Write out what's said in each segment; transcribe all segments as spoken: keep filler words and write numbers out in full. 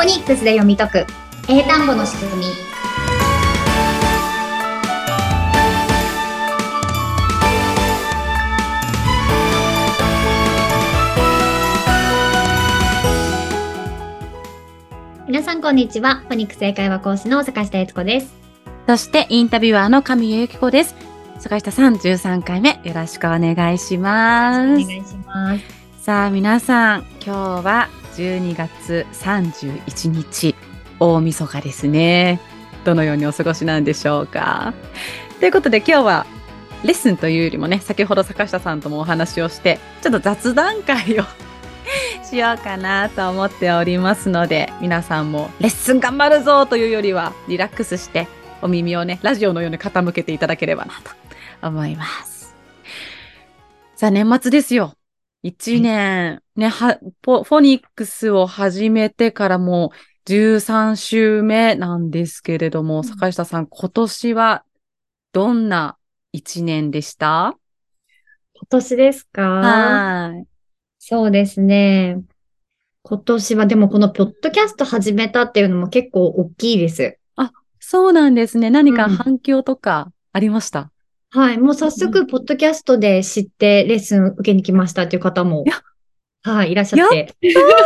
ニックスで読み解く英単語の仕組み。皆さんこんにちは。フォニックス英会話講師の坂下悦子です。 そしてインタビュアーの神谷由紀子です。坂下さん、じゅうさんかいめよろしくお願いします。 お願いします。 さあ皆さん、今日はじゅうにがつさんじゅういちにち、大晦日ですね。どのようにお過ごしなんでしょうか。ということで今日はレッスンというよりもね、先ほど坂下さんともお話をしてちょっと雑談会をしようかなと思っておりますので、皆さんもレッスン頑張るぞというよりはリラックスしてお耳をね、ラジオのように傾けていただければなと思います。さあ年末ですよ。いちねん、はい、ね、は、フォニックスを始めてからもうじゅうさんしゅうめなんですけれども、うん、坂下さん、今年はどんないちねんでした？ 今年ですか？ はい。 そうですね。今年はでもこのポッドキャスト始めたっていうのも結構大きいです。 あ、そうなんですね。何か反響とかありました？ うん、はい。もう早速、ポッドキャストで知ってレッスン受けに来ましたっていう方も、はい、いらっしゃって。やった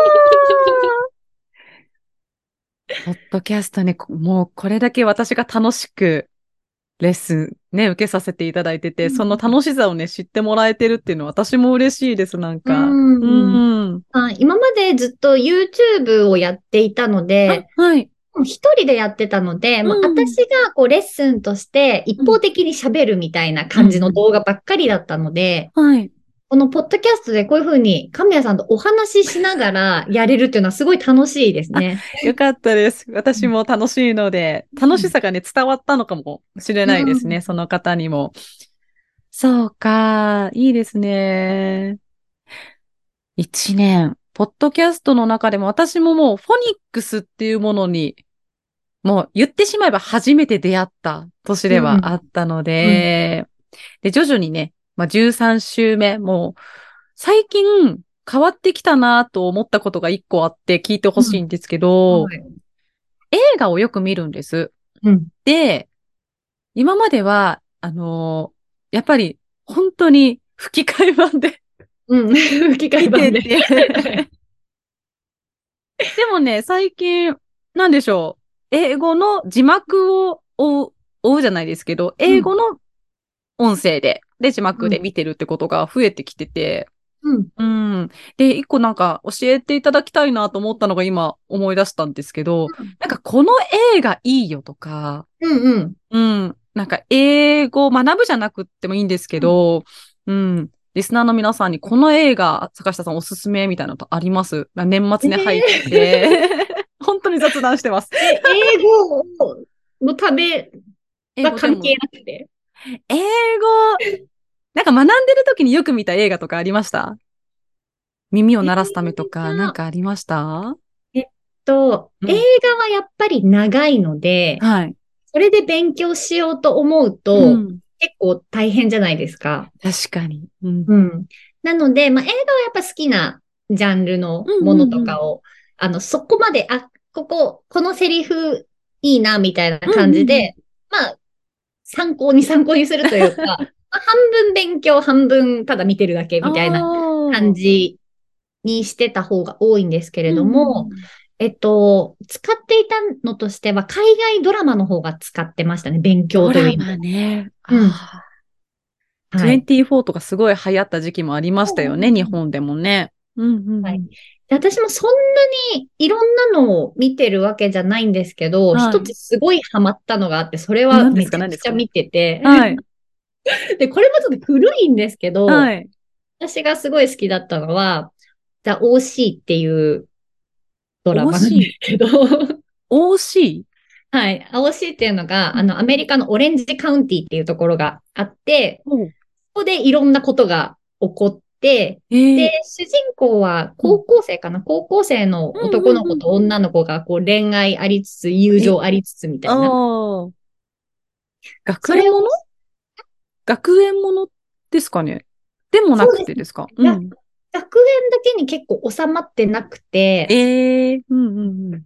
ーポッドキャストね、もうこれだけ私が楽しくレッスンね、受けさせていただいてて、うん、その楽しさをね、知ってもらえてるっていうのは私も嬉しいです、なんか。 うんうんあ今までずっと YouTube をやっていたので、 はい。 一人でやってたので、うん、もう私がこうレッスンとして一方的に喋るみたいな感じの動画ばっかりだったので、 うんうん、はい。 このポッドキャストでこういうふうに神谷さんとお話ししながらやれるっていうのはすごい楽しいですね。 よかったです。私も楽しいので、うん、楽しさがね、伝わったのかもしれないですね、うん、その方にも。そうか、いいですね。一年。ポッドキャストの中でも私ももうフォニックスっていうものに、もう言ってしまえば初めて出会った年ではあったので、うん、で、徐々にね、まあ、じゅうさんしゅうめ、もう最近変わってきたなと思ったことが一個あって聞いてほしいんですけど、うんはい、映画をよく見るんです。うん、で、今までは、あのー、やっぱり本当に吹き替え版でうん、吹き替え版で。 でもね、最近、なんでしょう。英語の字幕を追う、追うじゃないですけど、英語の音声で、で、字幕で見てるってことが増えてきてて、うん。うん。で、一個なんか教えていただきたいなと思ったのが今思い出したんですけど、うん、なんかこの映画いいよとか、 うんうん。 うん。なんか英語を学ぶじゃなくってもいいんですけど、うん、うんリスナーの皆さんにこの映画、坂下さんおすすめみたいなのとあります？年末に入って、えー、本当に雑談してます。 え、英語のためは関係なくて英語、なんか学んでる時によく見た映画とかありました？耳を鳴らすためとか、なんかありました？ えっと、うん、映画はやっぱり長いので、はい。それで勉強しようと思うと、うん、結構大変じゃないですか。 確かに。 うん。うん、なので、まあ、映画はやっぱ好きなジャンルのものとかを、うんうんうん、あの、そこまで、あ、ここ、このセリフいいな、みたいな感じで、うんうんうん、まあ、参考に参考にするというか、まあ、半分勉強、半分ただ見てるだけみたいな感じにしてた方が多いんですけれども、うん、えっと、使っていたのとしては、海外ドラマの方が使ってましたね、勉強という意味で。 ドラマね。 うん。 はい。にじゅうよんとかすごい流行った時期もありましたよね、うん、日本でもね。うんうんうん、はい。 私もそんなにいろんなのを見てるわけじゃないんですけど、はい、一つすごいハマったのがあって、それはめちゃくちゃ見てて。はい。で、これもちょっと古いんですけど、はい、私がすごい好きだったのは、ザ・オーシー っていうドラマなんですけど。 オーシー? はい。オーシー っていうのが、あの、アメリカのオレンジカウンティっていうところがあって、うん、そこでいろんなことが起こって、で、主人公は高校生かな、うん、高校生の男の子と女の子がこう恋愛ありつつ、友情ありつつみたいな。 学園もの学園ものですかね？でもなくてですか？ うん、学園だけに結構収まってなくて、 ええー、うんうんうん。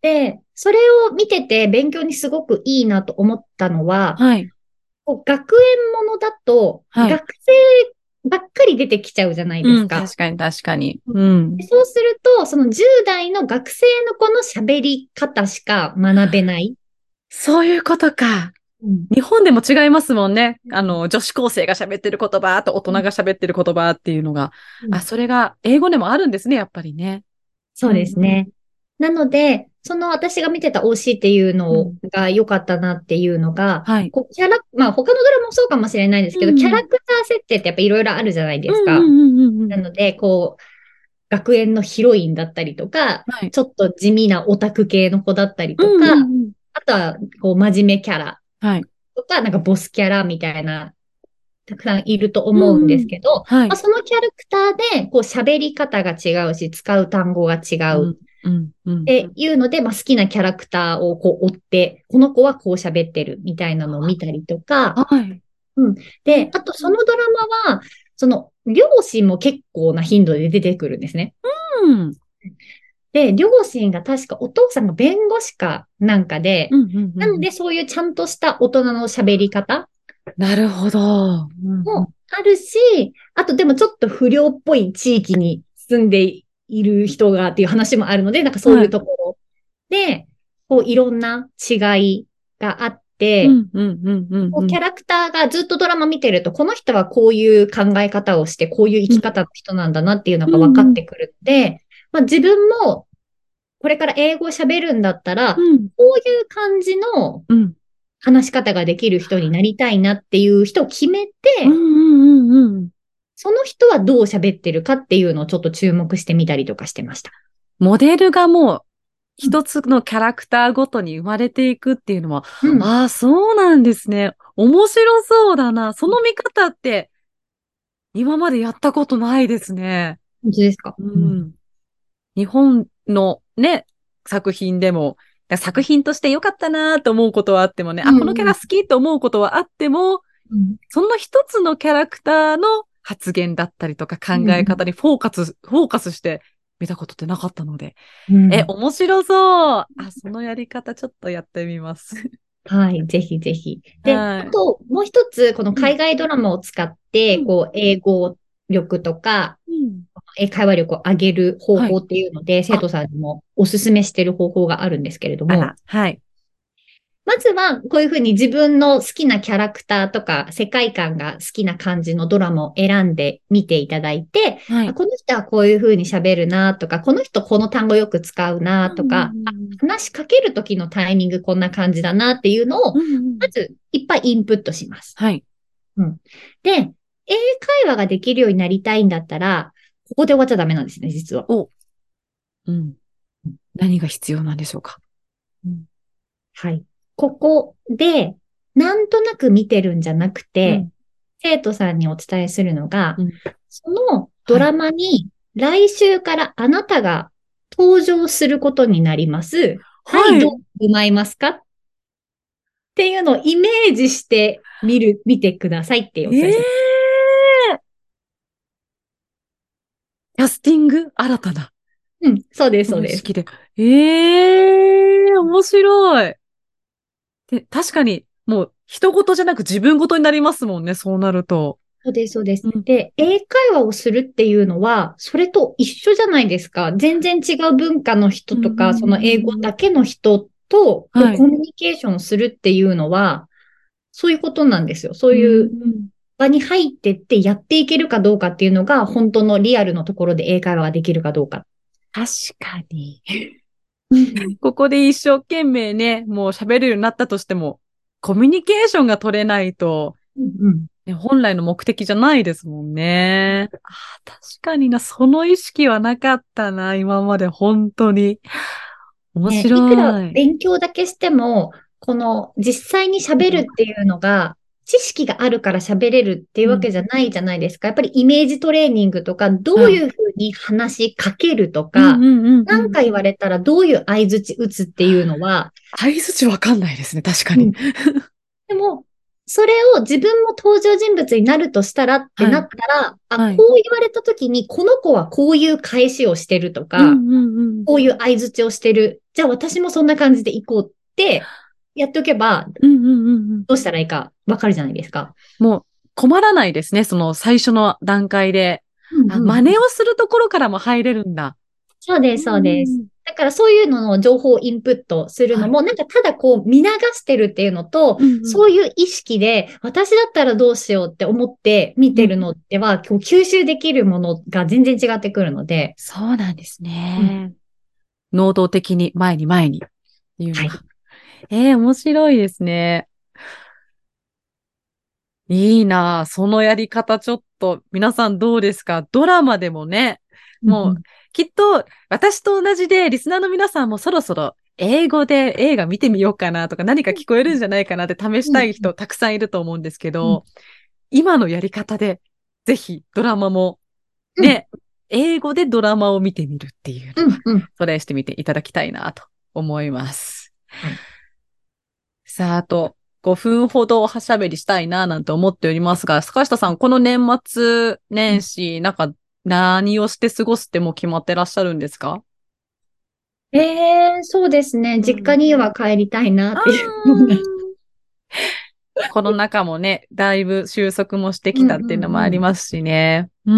で、それを見てて勉強にすごくいいなと思ったのは、 はい。 こう学園ものだと、 はい。 学生ばっかり出てきちゃうじゃないでうん、 すか。 確かに確かに。 うんうん。 でそうすると、そのじゅう代の学生の子の喋り方しか学べない。 そういうことか。 うん日本でも違いますもんね。あの、女子高生が喋ってる言葉と大人が喋ってる言葉っていうのが。あ、 うんそれが英語でもあるんですね、やっぱりね。 そうですうんね。なので、その私が見てた オーシー っていうのうん。 が良かったなっていうのが、 はい。 こうキャラ、まあ他のドラマもそうかもしれないですけど、キャラうん。 クター設定ってやっぱいろいろあるじゃないうんですか。 うんうんうんうん。 なので、こう、学園のヒロインだったりとか、 はい。 ちょっと地味なオタク系の子だったりうんとか、 うんうん。 あとは、こう、真面目キャラはい。 とか、なんかボスキャラみたいな、たくさんいるとう思うんでんうん。 すけど、まあ、 はい。 そのキャラクターで、こう、喋り方が違うし、使う単語が違うっうんうんうん。 ていうので、まあ、好きなキャラクターをこう追って、この子はこう喋ってるみたいなのを見たりとか、 はい。 うん。 うんで、あとそのドラマは、その、両親も結構な頻度で出てくるんですね。 うん。 で、両親が確かお父さんが弁護士かなんかで、 うんうんうんうん。 なのでそういうちゃんとした大人の喋り方なるほど。うんうん。 もあるし、あとでもちょっと不良っぽい地域に住んでいる人がっていう話もあるので、なんかそういうはい。 ところで、こういろんな違いがあって、 うんうんうんうんうん。 こうキャラクターがずっとドラマ見てると、この人はこういう考え方をして、こういう生き方の人なんだなっていうのうが分かっんうんてくるので、まあ、自分もこれから英語を喋るんだったら、 うんこういう感じのうん話し方ができる人になりたいなっていう人を決めうんて、 うんうんうん。 その人はどう喋ってるかっていうのをちょっと注目してみたりとかしてました。 モデルがもううん。 一つのキャラクターごとに生まれていくっていうのは、 うん。 ああ、そうなんですね。面白そうだな。その見方って今までやったことないですね。 本当ですか？ ううん。 ん。日本のね、作品でも、作品として良かったなと思うことはあってもね、あ、このキャうん。 ラ好きと思うことはあっても、 うん。 その一つのキャラクターの発言だったりとか考え方にフォーカス、フォーカスして見たことってなかったので。え、 うん。 面白そう。あ、そのやり方ちょっとやってみます。 はい、ぜひぜひ。で、 はい。 あと、もう一つ、このうん。 海外ドラマを使って、 うん。 こう、英語力とか、 うん。 英会話力を上げる方はい。 法っていうので、生あ、 徒さんにもおすすめしてる方法があるんですけれども、 あら、はい。 まずは、こういうふうに自分の好きなキャラクターとか、世界観が好きな感じのドラマを選んでみていただいて、あ、 はい。 この人はこういうふうに喋るなとか、この人この単語よく使うなうんうんとか、あ、話しかける時のタイミングこんな感じだなっていうのを、 うんうん。うんうん。 まずいっぱいインプットします。 はい。 うん。で、英会話ができるようになりたいんだったら、ここで終わっちゃダメなんですね、実は。 お、うん。何が必要なんでしょうか。 うん、はい。ここで、なんとなく見てるんじゃなくて、 うん。 生徒さんにお伝えするのが、 うん。 そのドはい。 ラマに来週からあなたが登場することになります。はい、どうはい。 思いますかっていうのをイメージしてみる、見てくださいってお伝えします。 ええキャスティング新たなうん、そうです、そうです。 方式で。ええ面白い。で、確かに、もう、人事じゃなく自分事になりますもんね、そうなると。 そうです、そうです。 うん。 で、英会話をするっていうのは、それと一緒じゃないですか。全然違う文化の人うんうとか、その英語んうんうん。 だけの人と、こう、 はい。 コミュニケーションをするっていうのは、そういうことなんですよ。そうういうん。 場に入ってってやっていけるかどうかっていうのが、本当のリアルのところで英会話ができるかどうか。 確かに。 うん。 ここで一生懸命ね、もう喋れるようになったとしても、コミュニケーションが取れないと、 うん。 ね、本来の目的じゃないですもんね。あー確かにな、その意識はなかったな、今まで本当に。面ね、いくら白い。 勉強だけしても、この実際に喋るっていうのが、知識があるから喋れるっていうわうん。 けじゃないじゃないですか。やっぱりイメージトレーニングとか、どうはい。 いうふうに話しかけるとか、 うんうんうんうん。 何か言われたらどういう相槌打つっていうのは、 相づちわかんないですね、確かに。 うん。でも、それを自分も登場人物になるとしたらってはい。 なったら、あ、 はい。 こう言われた時に、この子はこういう返しをしてるとか、 うんうんうん。 こういう相槌をしてる。 じゃあ私もそんな感じで行こうってやっておけば、 うんうんうんうん。 どうしたらいいかわかるじゃないですか。 もう困らないですね。その最初の段階で。あ、 うんうんうん。 真似をするところからも入れるんだ。うそうです、そうです。 ん。 だからそういうのの情報をインプットするはい。 のも、なんかただこう見流してるっていうのと、 うんうん。 そういう意識で、私だったらどうしようって思って見うん。 てるのでは、こう吸収できるものが全然違ってくるので、 そうなんですうん。 ね。能動的に前に前にっていうのが。 はい。 ええ面白いですね。いいなあ、そのやり方ちょっと皆さんどうですか？ドラマでもね、もううんうん。 きっと私と同じでリスナーの皆さんもそろそろ英語で映画見てみようかなとか何か聞こえるんじゃないかなって試しうんうんたい人たくさんいると思うんですけうんど、今のやり方でぜひドラマもうんね、英語でドラマを見てみるっていうのはうんうん。 トライしてみていただきたいなと思います。 はい。 さあ、あとごふんほどおしゃべりしたいななんて思っておりますが、坂下さん、この年末年始、なんか何をして過ごすってもう決まってらっしゃるんですか？ ええ、そうですね。 うん。 実家には帰りたいなあっていうような。 ーコロナ禍もね、だいぶ収束もしてうんきたっていうのもあうんうん。 りますしね。うん。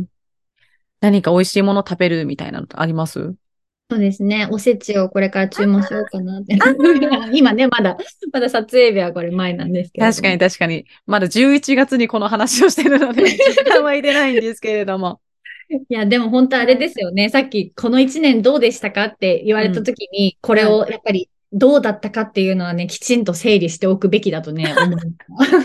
何か美味しいもの食べるみたいなのあります？ そうですね。おせちをこれから注文しようかなって。 あ今ね、まだ、まだ撮影日はこれ前なんですけれ確かにども。 確かに。まだじゅういちがつにこの話をしてるので、実感湧いてないんですけれども。 いや、でも本当あれですよね。さっき、この一年どうでしたかって言われたうん。 ときに、これはい。 をやっぱりどうだったかっていうのはね、きちんと整理しておくべきだとね、思う。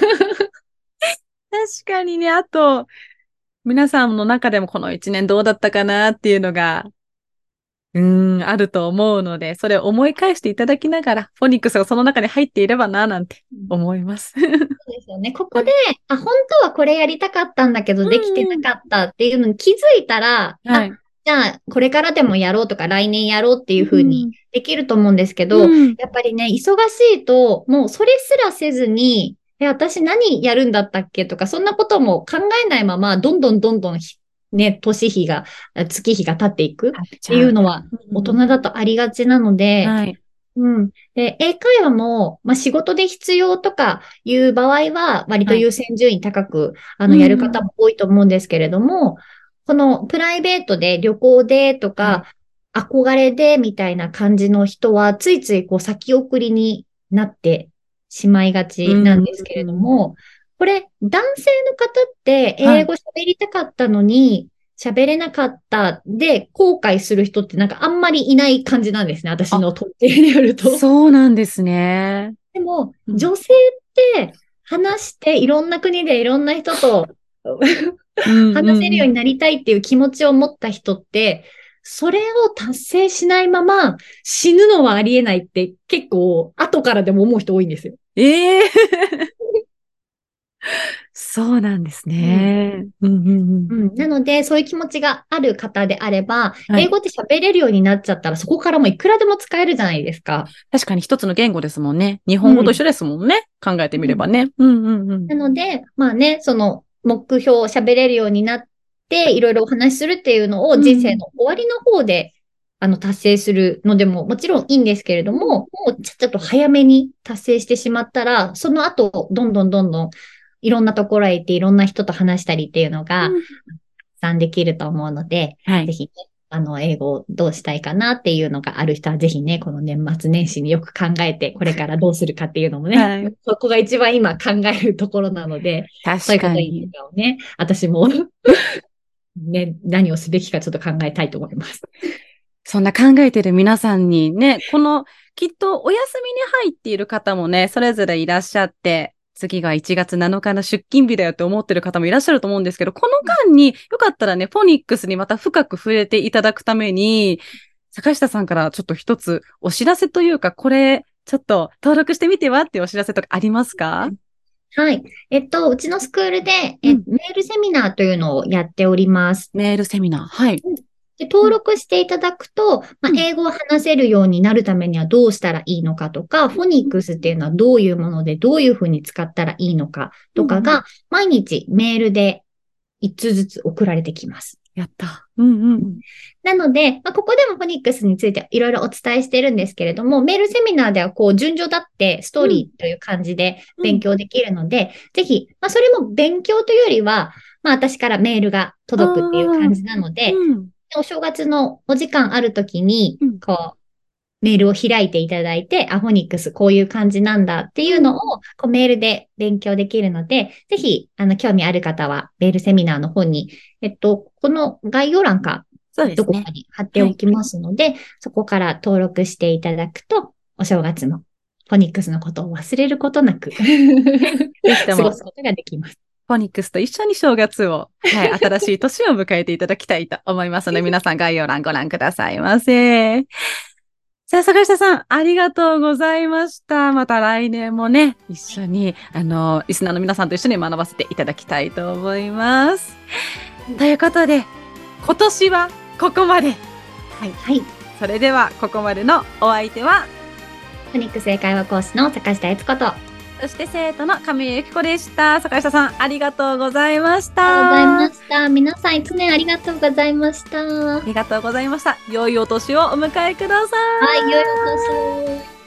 確かにね、あと、皆さんの中でもこの一年どうだったかなっていうのが、うーん、あると思うので、それを思い返していただきながら、フォニックスがその中に入っていればな、なんて思います。 そうですよね。ここで、 はい。 あ、本当はこれやりたかったんだけど、 うできてんうん。 なかったっていうのに気づいたら、あ、 はい。 じゃあ、これからでもやろうとか、来年やろうっていうふうにうん。 できると思うんですけうど、 ん。 やっぱりね、忙しいと、もうそれすらせずに、え、私何やるんだったっけとか、そんなことも考えないまま、どんどんどんどんひね、年日が、あ月日が経っていくっ買っちていゃう。 うのは、大人うん。 だとありがちなので、 はい。 うん。で、英会話も、まあ、仕事で必要とかいう場合は、割とはい。 優先順位高く、あうの、やる方ん。 も多いと思うんですけれども、このプライベートで旅行でとはい。 か、憧れでみたいな感じの人は、ついついこう先送りになってしまいがちなうん。 んですけれどうん。 も、これ、男性の方ってはい。 英語喋りたかったのに、喋れなかったで後悔する人ってなんかあんまりいない感じなんですね。私あ、 の統計によると。 そうなんですね。 でも、 うん。 女性って話していろんな国でいろんな人とうんう話せるようにんうん。 なりたいっていう気持ちを持った人って、それを達成しないまま死ぬのはありえないって結構後からでも思う人多いんですよ。 ええそうなんですうん。 ね。うんうんうん。 うん。なので、そういう気持ちがある方であれば、 はい。 英語って喋れるようになっちゃったら、そこからもいくらでも使えるじゃないですか。 確かに一つの言語ですもんね。日うん。 本語と一緒ですもんね。考えてみうん。 ればね。うんうんうん。 なので、まあね、その目標を喋れるようになって、いろいろお話しするっていうのを人生うんの終わりの方で、あの、達成するのでももちろんいいんですけれどうん。 も、もうちょっと早めに達成してしまったら、その後、どんどんどんどんいろんなところへ行っていろんな人と話したりっていうのが、 うん。 たくさんできると思うので、 はい。 ぜひね、あの、英語をどうしたいかなっていうのがある人は、ぜひね、この年末年始によく考えて、これからどうするかっていうのもね、 はい。 そこが一番今考えるところなので、そう確いうことにかに。 をね、私もね、何をすべきかちょっと考えたいと思います。 そんな考えてる皆さんにね、この、きっとお休みに入っている方もね、それぞれいらっしゃって、次がいちがつなのかの出勤日だよって思ってる方もいらっしゃると思うんですけど、この間によかったらね、フォニックスにまた深く触れていただくために、坂下さんからちょっと一つお知らせというか、これ、ちょっと登録してみてはっていうお知らせとかありますか？ はい。えっと、うちのスクールで、え、 うん。 メールセミナーというのをやっております。 メールセミナー。はい。 うん。で、登うん。 録していただくと、まあ、 うん。 英語を話せるようになるためにはどうしたらいいのかとか、フォニックスっていうのはどういうものでどういうふうに使ったらいいのかうん。うん。 とかが、毎日メールで一通ずつ送られてきます。 やった。うんうん。 なので、まあ、ここでもフォニックスについていろいろお伝えしてるんですけれども、メールセミナーではこう順序だってストーリーという感じで勉強できるので、うん、ぜひ、まあ、それも勉強というよりは、まあ、私からメールが届くっていう感じなので、うん、お正月のお時間あるときに、こう、メールを開いていただいて、あ、フォニックスこういう感じなんだっていうのを、こうメールで勉強できるので、ぜひ、あの、興味ある方は、メールセミナーの方に、えっと、この概要欄か、どこかに貼っておきますので、はい、そこから登録していただくと、お正月のフォニックスのことを忘れることなく過ごすことができます。 フォニックスと一緒に正月を、はい、新しい年を迎えていただきたいと思いますので、皆さん概要欄ご覧くださいませ。さあ、坂下さん、ありがとうございました。また来年もね、一緒に、あの、リスナーの皆さんと一緒に学ばせていただきたいと思います。ということで、今年はここまで。はい。はい。それでは、ここまでのお相手は、 フォニックス英会話講師の坂下悦子と、 そして生徒の亀井由紀子でした。坂下さん、ありがとうございました。 ありがとうございました。皆さん、一年ありがとうございました。 ありがとうございました。良いお年をお迎えください。 はい、良いお年を。